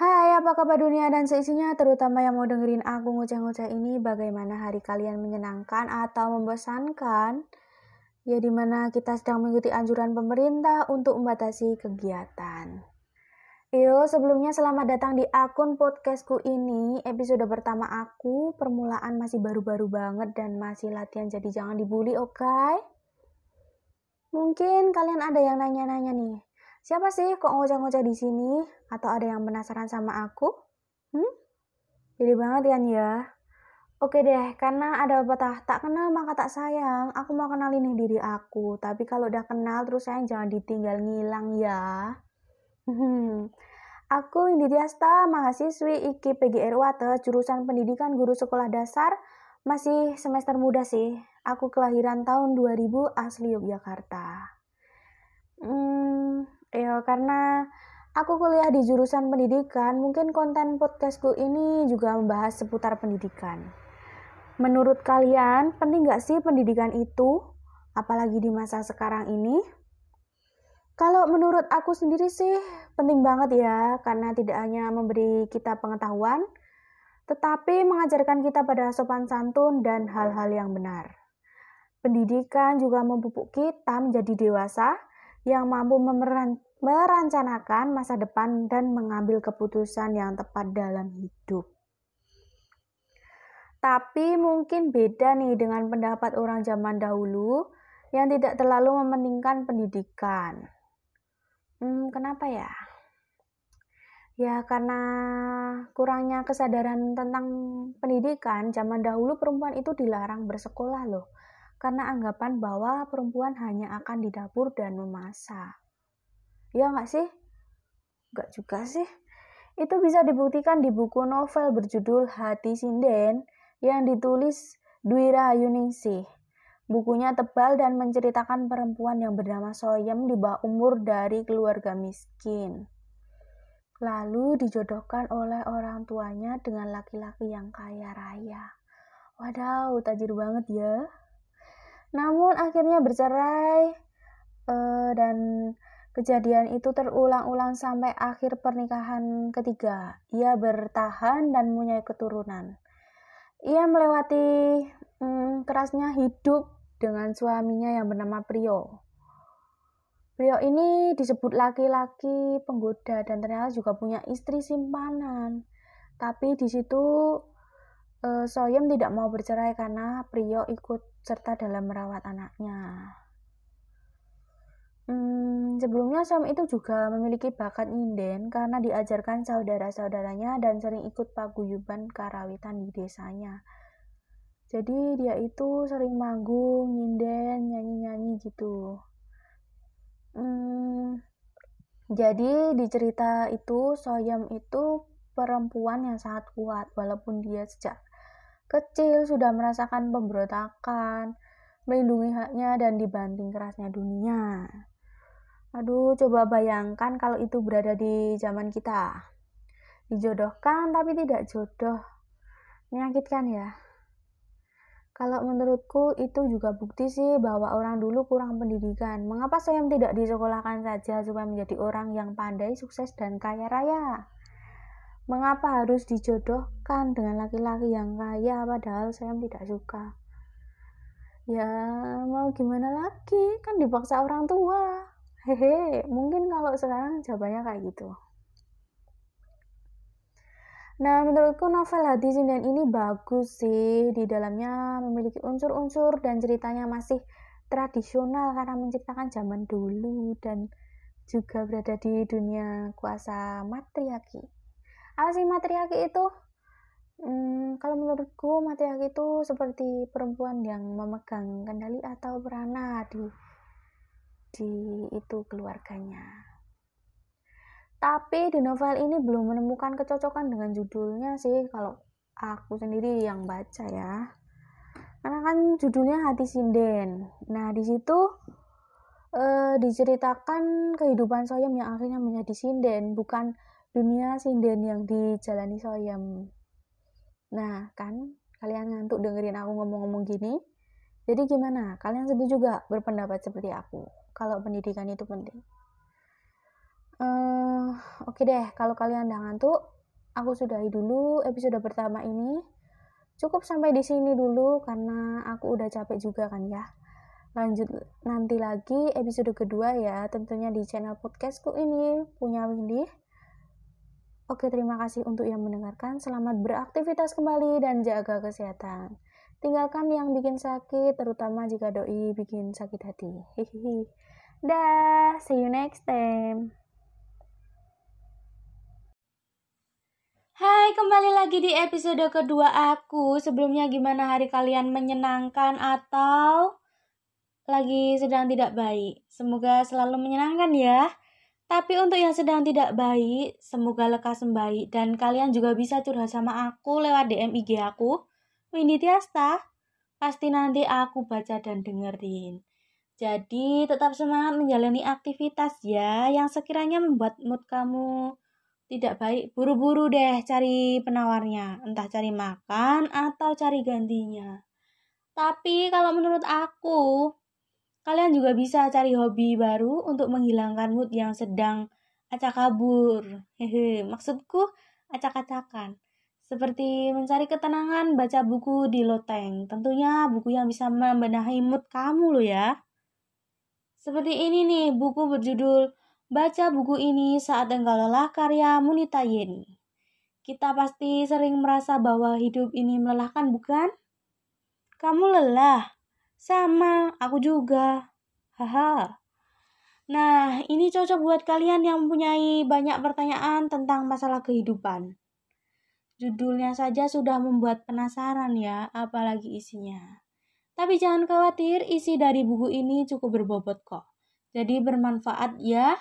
Hai, apa kabar dunia dan seisinya, terutama yang mau dengerin aku ngoceh-ngoceh ini. Bagaimana hari kalian, menyenangkan atau membosankan? Ya, dimana kita sedang mengikuti anjuran pemerintah untuk membatasi kegiatan. Yo, sebelumnya selamat datang di akun podcastku ini. Episode pertama aku, permulaan masih baru-baru banget dan masih latihan, jadi jangan dibully, oke? Mungkin kalian ada yang nanya-nanya nih, siapa sih kok ngoceh-ngoceh di sini? Atau ada yang penasaran sama aku? Jadi banget kan ya? Oke deh, karena ada pepatah tak kenal maka tak sayang, aku mau kenalin nih diri aku. Tapi kalau udah kenal terus sayang jangan ditinggal ngilang ya. Aku Indi Diasta, mahasiswi IKI PGR Wate, jurusan Pendidikan Guru Sekolah Dasar, masih semester muda sih. Aku kelahiran tahun 2000, asli Yogyakarta. Karena aku kuliah di jurusan pendidikan, mungkin konten podcastku ini juga membahas seputar pendidikan. Menurut kalian, penting gak sih pendidikan itu? Apalagi di masa sekarang ini? Kalau menurut aku sendiri sih, penting banget ya, karena tidak hanya memberi kita pengetahuan, tetapi mengajarkan kita pada sopan santun dan hal-hal yang benar. Pendidikan juga memupuk kita menjadi dewasa yang mampu merencanakan masa depan dan mengambil keputusan yang tepat dalam hidup. Tapi mungkin beda nih dengan pendapat orang zaman dahulu yang tidak terlalu mementingkan pendidikan. Kenapa ya? Ya karena kurangnya kesadaran tentang pendidikan. Zaman dahulu perempuan itu dilarang bersekolah loh. Karena anggapan bahwa perempuan hanya akan di dapur dan memasak. Ya nggak sih? Nggak juga sih. Itu bisa dibuktikan di buku novel berjudul Hati Sinden yang ditulis Dwi Rahayuningsih. Bukunya tebal dan menceritakan perempuan yang bernama Soyem di bawah umur dari keluarga miskin. Lalu dijodohkan oleh orang tuanya dengan laki-laki yang kaya raya. Wadaw, tajir banget ya. Namun akhirnya bercerai dan kejadian itu terulang-ulang sampai akhir pernikahan ketiga. Ia bertahan dan mempunyai keturunan. Ia melewati kerasnya hidup dengan suaminya yang bernama Priyo. Priyo ini disebut laki-laki penggoda dan ternyata juga punya istri simpanan. Tapi di situ Soyem tidak mau bercerai karena Priyo ikut serta dalam merawat anaknya. Sebelumnya Soyem itu juga memiliki bakat nyinden karena diajarkan saudara-saudaranya dan sering ikut paguyuban karawitan di desanya. Jadi dia itu sering manggung, nyinden, nyanyi-nyanyi gitu. Jadi di cerita itu Soyem itu perempuan yang sangat kuat walaupun dia sejak kecil sudah merasakan pemberontakan, melindungi haknya dan dibanting kerasnya dunia. Aduh, coba bayangkan kalau itu berada di zaman kita. Dijodohkan tapi tidak jodoh. Menyakitkan ya. Kalau menurutku itu juga bukti sih bahwa orang dulu kurang pendidikan. Mengapa Soyem tidak disekolahkan saja supaya menjadi orang yang pandai, sukses, dan kaya raya? Mengapa harus dijodohkan dengan laki-laki yang kaya padahal Soyem tidak suka? Ya mau gimana lagi, kan dipaksa orang tua. Hehe, mungkin kalau sekarang jawabannya kayak gitu. Nah, menurutku novel Hati Sinden ini bagus sih. Di dalamnya memiliki unsur-unsur dan ceritanya masih tradisional karena menceritakan zaman dulu dan juga berada di dunia kuasa matriarki. Apa sih matriarki itu? Kalau menurutku matriarki itu seperti perempuan yang memegang kendali atau peranan di itu keluarganya. Tapi di novel ini belum menemukan kecocokan dengan judulnya sih kalau aku sendiri yang baca ya. Karena kan judulnya Hati Sinden. Nah, di situ diceritakan kehidupan Soyem yang akhirnya menjadi sinden, bukan dunia sinden yang dijalani Soyem. Nah, kan kalian ngantuk dengerin aku ngomong-ngomong gini. Jadi gimana? Kalian setuju juga berpendapat seperti aku kalau pendidikan itu penting? Oke deh, kalau kalian udah ngantuk, aku sudahi dulu episode pertama ini. Cukup sampai di sini dulu karena aku udah capek juga kan ya. Lanjut nanti lagi episode kedua ya, tentunya di channel podcastku ini punya Windy. Oke, terima kasih untuk yang mendengarkan. Selamat beraktivitas kembali dan jaga kesehatan. Tinggalkan yang bikin sakit, terutama jika doi bikin sakit hati. Hihihi. Dah, see you next time. Hai, kembali lagi di episode kedua aku. Sebelumnya gimana hari kalian, menyenangkan atau lagi sedang tidak baik? Semoga selalu menyenangkan ya. Tapi untuk yang sedang tidak baik, semoga lekas membaik. Dan kalian juga bisa curhat sama aku lewat DM IG aku, Windy Tiasta. Pasti nanti aku baca dan dengerin. Jadi tetap semangat menjalani aktivitas ya, yang sekiranya membuat mood kamu tidak baik. Buru-buru deh cari penawarnya, entah cari makan atau cari gantinya. Tapi kalau menurut aku, kalian juga bisa cari hobi baru untuk menghilangkan mood yang sedang acak kabur. Maksudku acak-acakan. Seperti mencari ketenangan, baca buku di loteng. Tentunya buku yang bisa membenahi mood kamu loh ya. Seperti ini nih, buku berjudul Baca Buku Ini Saat Engkau Lelah karya Munita Yeni. Kita pasti sering merasa bahwa hidup ini melelahkan, bukan? Kamu lelah? Sama, aku juga. Haha. Nah, ini cocok buat kalian yang mempunyai banyak pertanyaan tentang masalah kehidupan. Judulnya saja sudah membuat penasaran ya, apalagi isinya. Tapi jangan khawatir, isi dari buku ini cukup berbobot kok. Jadi bermanfaat ya.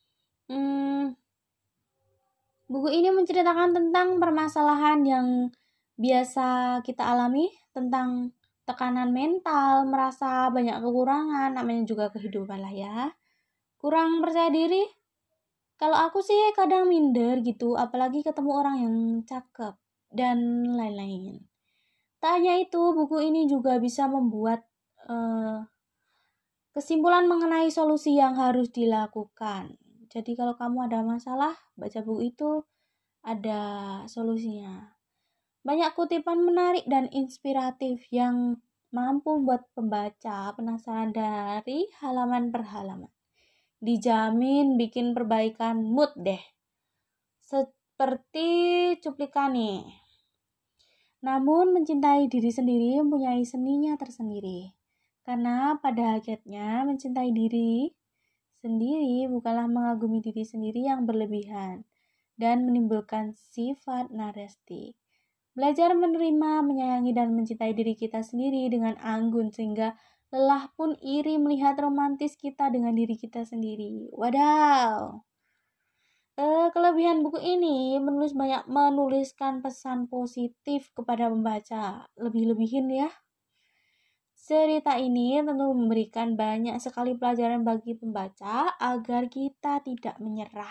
Buku ini menceritakan tentang permasalahan yang biasa kita alami, tentang tekanan mental, merasa banyak kekurangan, namanya juga kehidupan lah ya. Kurang percaya diri. Kalau aku sih kadang minder gitu, apalagi ketemu orang yang cakep dan lain-lain. Tak hanya itu, buku ini juga bisa membuat kesimpulan mengenai solusi yang harus dilakukan. Jadi kalau kamu ada masalah, baca buku itu ada solusinya. Banyak kutipan menarik dan inspiratif yang mampu membuat pembaca penasaran dari halaman per halaman. Dijamin bikin perbaikan mood deh. Seperti cuplikan nih. Namun mencintai diri sendiri mempunyai seninya tersendiri. Karena pada hakikatnya mencintai diri sendiri bukanlah mengagumi diri sendiri yang berlebihan dan menimbulkan sifat narsistik. Belajar menerima, menyayangi, dan mencintai diri kita sendiri dengan anggun sehingga lelah pun iri melihat romantis kita dengan diri kita sendiri. Wadaw. Kelebihan buku ini menuliskan pesan positif kepada pembaca. Lebih-lebihin ya. Cerita ini tentu memberikan banyak sekali pelajaran bagi pembaca agar kita tidak menyerah.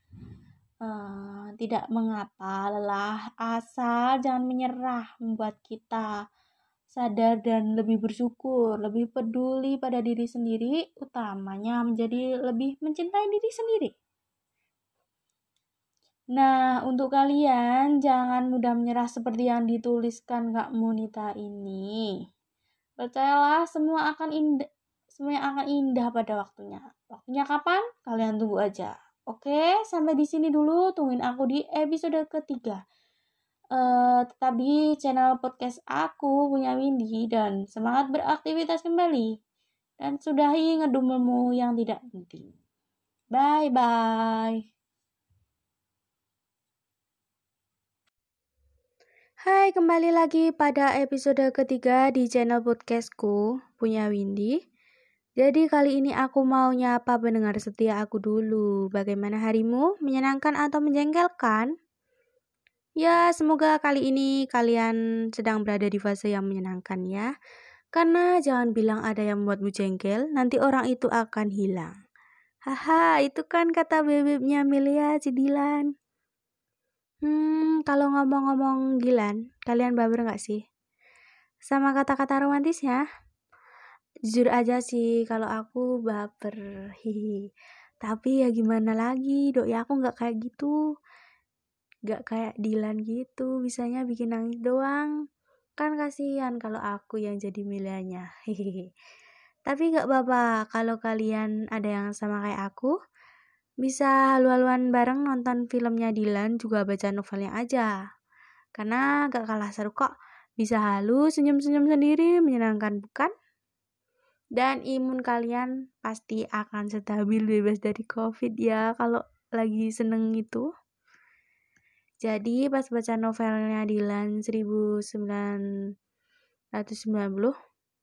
Tidak mengapa lelah, asal jangan menyerah, membuat kita sadar dan lebih bersyukur, lebih peduli pada diri sendiri, utamanya menjadi lebih mencintai diri sendiri. Nah, untuk kalian jangan mudah menyerah seperti yang dituliskan Kak Munita ini. Percayalah semua akan indah pada waktunya. Waktunya kapan? Kalian tunggu aja. Oke, sampai di sini dulu. Tungguin aku di episode ketiga. Tetap di channel podcast aku punya Windy dan semangat beraktivitas kembali. Dan sudahi ngedumelmu yang tidak penting. Bye-bye. Hai, kembali lagi pada episode ketiga di channel podcastku punya Windy. Jadi kali ini aku mau nyapa pendengar setia aku dulu. Bagaimana harimu? Menyenangkan atau menjengkelkan? Ya, semoga kali ini kalian sedang berada di fase yang menyenangkan ya. Karena jangan bilang ada yang membuatmu jengkel, nanti orang itu akan hilang. Haha, itu kan kata bebeknya Melia Cidilan. Kalau ngomong-ngomong Gilan, kalian baper gak sih? Sama kata-kata romantisnya? Jujur aja sih, kalau aku baper. Hihi. Tapi ya gimana lagi, doi aku nggak kayak gitu. Nggak kayak Dilan gitu, bisanya bikin nangis doang. Kan kasihan kalau aku yang jadi Milianya. Hehehe. Tapi nggak apa-apa, kalau kalian ada yang sama kayak aku, bisa halu-haluan bareng nonton filmnya Dilan juga baca novelnya aja. Karena gak kalah seru kok. Bisa halu, senyum-senyum sendiri, menyenangkan bukan? Dan imun kalian pasti akan stabil bebas dari COVID ya kalau lagi seneng gitu. Jadi pas baca novelnya Dilan 1990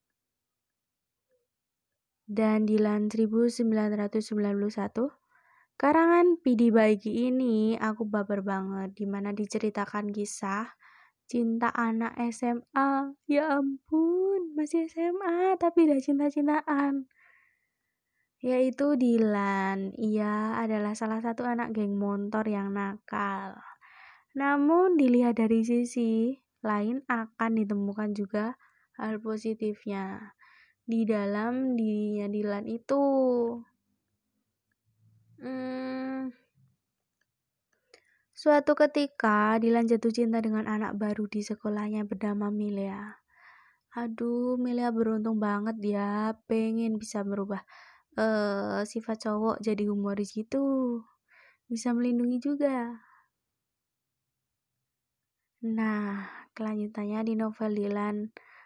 dan Dilan 1991, karangan Pidi Baigi ini aku baper banget, dimana diceritakan kisah cinta anak SMA. Ya ampun, masih SMA tapi udah cinta-cintaan. Yaitu Dilan. Ia adalah salah satu anak geng motor yang nakal. Namun dilihat dari sisi lain akan ditemukan juga hal positifnya di dalam dirinya Dilan itu. Suatu ketika Dilan jatuh cinta dengan anak baru di sekolahnya bernama Milea. Aduh, Milea beruntung banget ya, pengen bisa merubah sifat cowok jadi humoris gitu. Bisa melindungi juga. Nah, kelanjutannya di novel Dilan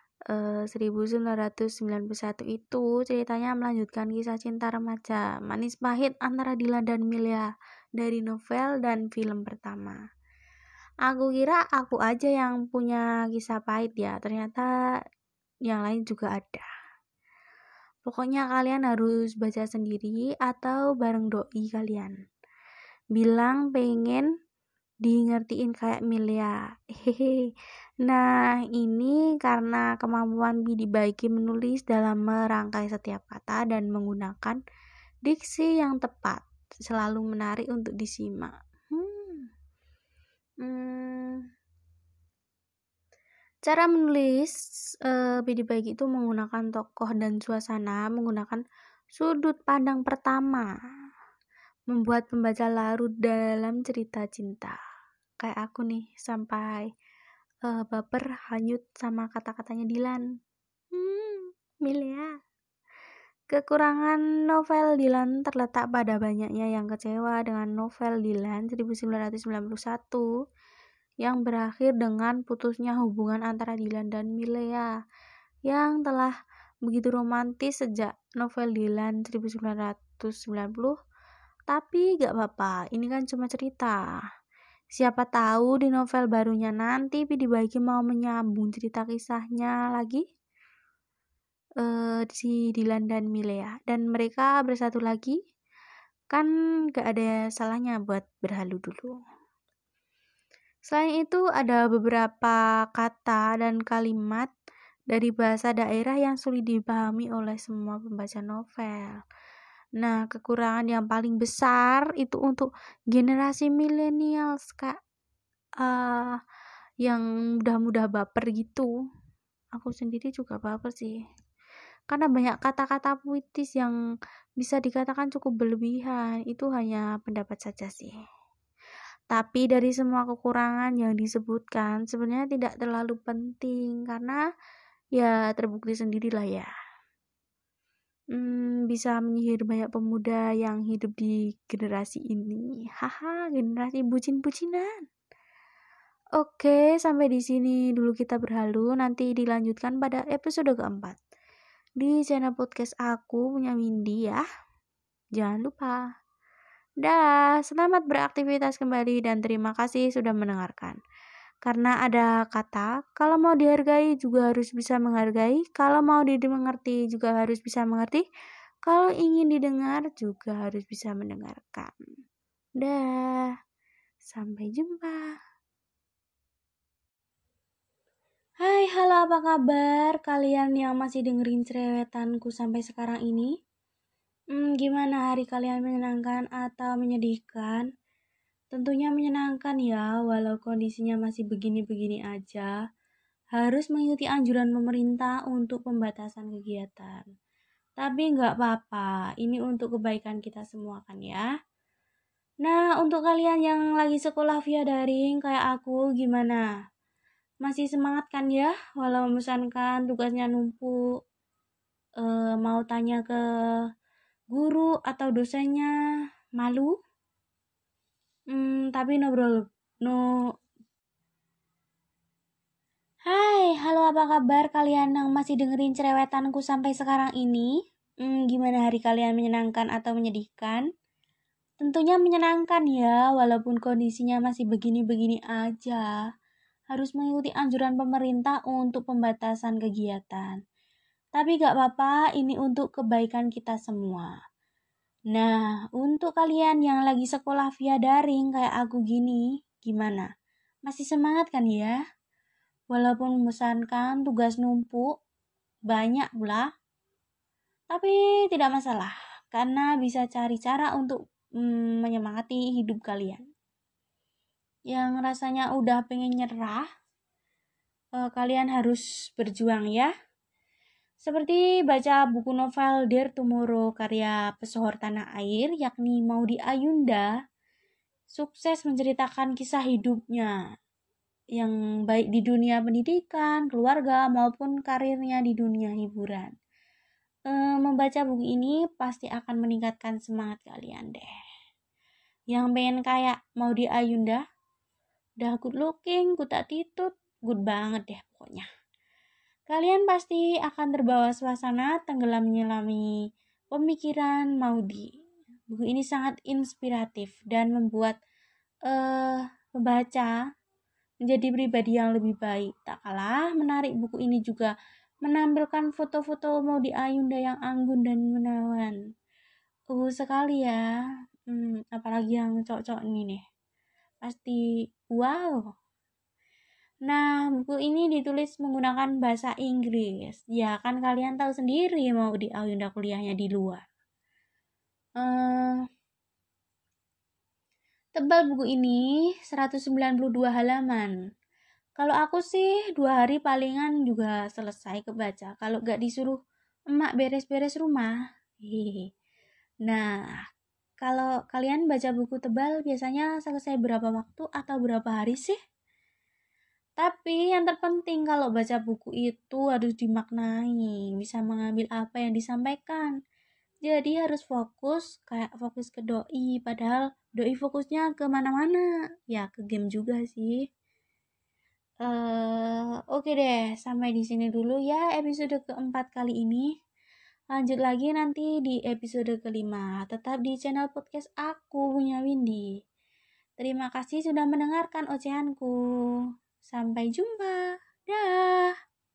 1991 itu ceritanya melanjutkan kisah cinta remaja manis pahit antara Dilan dan Milea dari novel dan film pertama. Aku kira aku aja yang punya kisah pahit ya, ternyata yang lain juga ada. Pokoknya kalian harus baca sendiri atau bareng doi kalian. Bilang pengen di ngertiin kayak Milea. Hehehe. Nah, ini karena kemampuan Bidi Baiki menulis dalam merangkai setiap kata dan menggunakan diksi yang tepat, selalu menarik untuk disimak. Cara menulis Bidi Baiki itu menggunakan tokoh dan suasana, menggunakan sudut pandang pertama, membuat pembaca larut dalam cerita cinta. Kayak aku nih, sampai baper hanyut sama kata-katanya Dilan. Milea. Kekurangan novel Dilan terletak pada banyaknya yang kecewa dengan novel Dilan 1991 yang berakhir dengan putusnya hubungan antara Dilan dan Milea yang telah begitu romantis sejak novel Dilan 1990. Tapi gak apa-apa, ini kan cuma cerita. Siapa tahu di novel barunya nanti Pidi Baiki mau menyambung cerita kisahnya lagi, si Dilan dan Milea, dan mereka bersatu lagi. Kan gak ada salahnya buat berhalu dulu. Selain itu ada beberapa kata dan kalimat dari bahasa daerah yang sulit dipahami oleh semua pembaca novel. Nah, kekurangan yang paling besar itu untuk generasi millennials, Kak. Yang mudah-mudah baper gitu. Aku sendiri juga baper sih. Karena banyak kata-kata puitis yang bisa dikatakan cukup berlebihan. Itu hanya pendapat saja sih. Tapi dari semua kekurangan yang disebutkan sebenarnya tidak terlalu penting karena ya terbukti sendirilah ya. Bisa menyihir banyak pemuda yang hidup di generasi ini. Haha, generasi bucin-bucinan. Oke, sampai di sini dulu kita berhalu. Nanti dilanjutkan pada episode keempat di channel podcast aku punya Windy ya. Jangan lupa. Dah, selamat beraktivitas kembali dan terima kasih sudah mendengarkan. Karena ada kata, kalau mau dihargai juga harus bisa menghargai, kalau mau dimengerti juga harus bisa mengerti, kalau ingin didengar juga harus bisa mendengarkan. Dah, sampai jumpa. Hai, halo, apa kabar kalian yang masih dengerin cerewetanku sampai sekarang ini? Gimana hari kalian, menyenangkan atau menyedihkan? Tentunya menyenangkan ya, walau kondisinya masih begini-begini aja. Harus mengikuti anjuran pemerintah untuk pembatasan kegiatan. Tapi nggak apa-apa, ini untuk kebaikan kita semua kan ya. Nah, untuk kalian yang lagi sekolah via daring kayak aku, gimana? Masih semangat kan ya? Walau membosankan, tugasnya numpuk, mau tanya ke guru atau dosennya, malu? Tapi no. Hai, halo apa kabar kalian yang masih dengerin cerewetanku sampai sekarang ini? Gimana hari kalian, menyenangkan atau menyedihkan? Tentunya menyenangkan ya, walaupun kondisinya masih begini-begini aja. Harus mengikuti anjuran pemerintah untuk pembatasan kegiatan. Tapi gak apa-apa, ini untuk kebaikan kita semua. Nah, untuk kalian yang lagi sekolah via daring kayak aku gini, gimana? Masih semangat kan ya? Walaupun membosankan, tugas numpuk, banyak pula. Tapi tidak masalah, karena bisa cari cara untuk menyemangati hidup kalian. Yang rasanya udah pengen nyerah, kalian harus berjuang ya. Seperti baca buku novel Dare Tomorrow karya pesohor tanah air, yakni Maudy Ayunda, sukses menceritakan kisah hidupnya yang baik di dunia pendidikan, keluarga, maupun karirnya di dunia hiburan. Membaca buku ini pasti akan meningkatkan semangat kalian deh. Yang pengen kayak Maudy Ayunda, udah good looking, good attitude, good banget deh pokoknya. Kalian pasti akan terbawa suasana tenggelam menyelami pemikiran Maudy. Buku ini sangat inspiratif dan membuat pembaca menjadi pribadi yang lebih baik. Tak kalah menarik, buku ini juga menampilkan foto-foto Maudy Ayunda yang anggun dan menawan. Sekali ya. Apalagi yang cocok ini nih. Pasti wow. Nah, buku ini ditulis menggunakan bahasa Inggris. Ya, kan kalian tahu sendiri Maudy Ayunda kuliahnya di luar. Tebal buku ini 192 halaman. Kalau aku sih 2 hari palingan juga selesai kebaca. Kalau gak disuruh emak beres-beres rumah. Nah, kalau kalian baca buku tebal biasanya selesai berapa waktu atau berapa hari sih? Tapi yang terpenting kalau baca buku itu harus dimaknai, bisa mengambil apa yang disampaikan. Jadi harus fokus, kayak fokus ke doi, padahal doi fokusnya ke mana-mana. Ya, ke game juga sih. Oke deh, sampai di sini dulu ya episode keempat kali ini. Lanjut lagi nanti di episode kelima. Tetap di channel podcast aku punya Windy. Terima kasih sudah mendengarkan ocehanku. Sampai jumpa. Dah.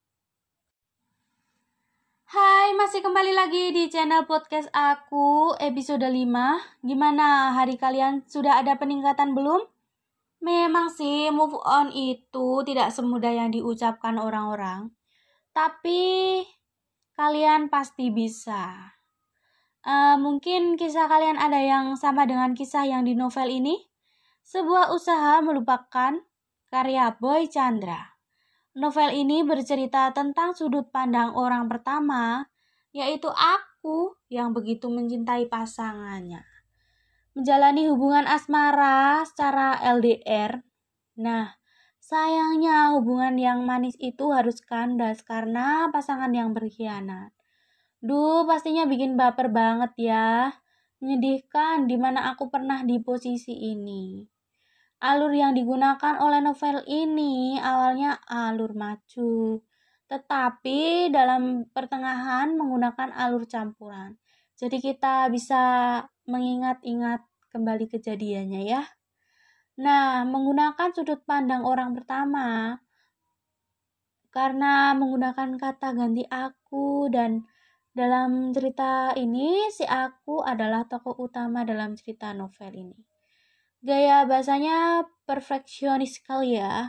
Hai, masih kembali lagi di channel podcast aku episode 5. Gimana hari kalian, sudah ada peningkatan belum? Memang sih move on itu tidak semudah yang diucapkan orang-orang. Tapi kalian pasti bisa. Mungkin kisah kalian ada yang sama dengan kisah yang di novel ini. Sebuah usaha melupakan karya Boy Chandra. Novel ini bercerita tentang sudut pandang orang pertama, yaitu aku yang begitu mencintai pasangannya. Menjalani hubungan asmara secara LDR. Nah, sayangnya hubungan yang manis itu harus kandas karena pasangan yang berkhianat. Duh, pastinya bikin baper banget ya. Menyedihkan dimana aku pernah di posisi ini. Alur yang digunakan oleh novel ini awalnya alur macu, tetapi dalam pertengahan menggunakan alur campuran. Jadi kita bisa mengingat-ingat kembali kejadiannya ya. Nah, menggunakan sudut pandang orang pertama karena menggunakan kata ganti aku, dan dalam cerita ini si aku adalah tokoh utama dalam cerita novel ini. Gaya bahasanya perfeksionis sekali ya.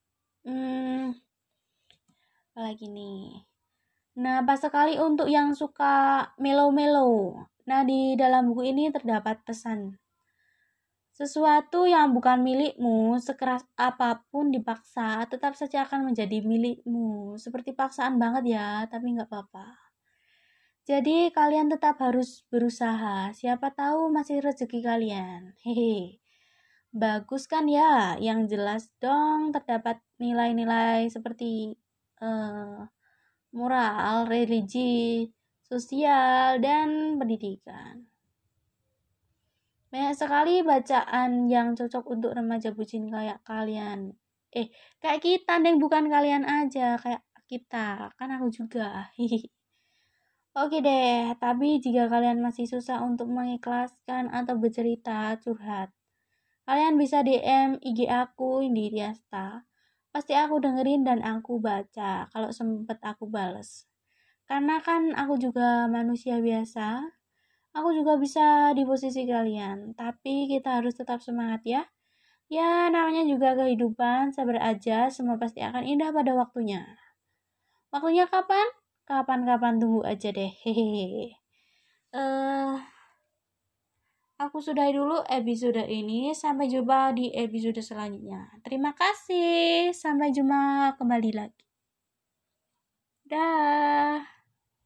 Apalagi nih. Nah, pas sekali untuk yang suka melo-melo. Nah, di dalam buku ini terdapat pesan. Sesuatu yang bukan milikmu, sekeras apapun dipaksa, tetap saja akan menjadi milikmu. Seperti paksaan banget ya, tapi nggak apa-apa. Jadi kalian tetap harus berusaha. Siapa tahu masih rezeki kalian. Hehe. Bagus kan ya? Yang jelas dong terdapat nilai-nilai seperti eh, moral, religi, sosial, dan pendidikan. Banyak sekali bacaan yang cocok untuk remaja bucin kayak kalian. Kayak kita, Neng, bukan kalian aja, kayak kita. Kan aku juga. Oke deh, tapi jika kalian masih susah untuk mengikhlaskan atau bercerita curhat, kalian bisa DM IG aku Indi Tiasta. Pasti aku dengerin dan aku baca kalau sempet aku bales. Karena kan aku juga manusia biasa, aku juga bisa di posisi kalian. Tapi kita harus tetap semangat ya. Ya, namanya juga kehidupan, sabar aja, semua pasti akan indah pada waktunya. Waktunya kapan? Kapan-kapan tunggu aja deh. Hehehe. Eh, aku sudahi dulu episode ini. Sampai jumpa di episode selanjutnya. Terima kasih. Sampai jumpa kembali lagi. Dah.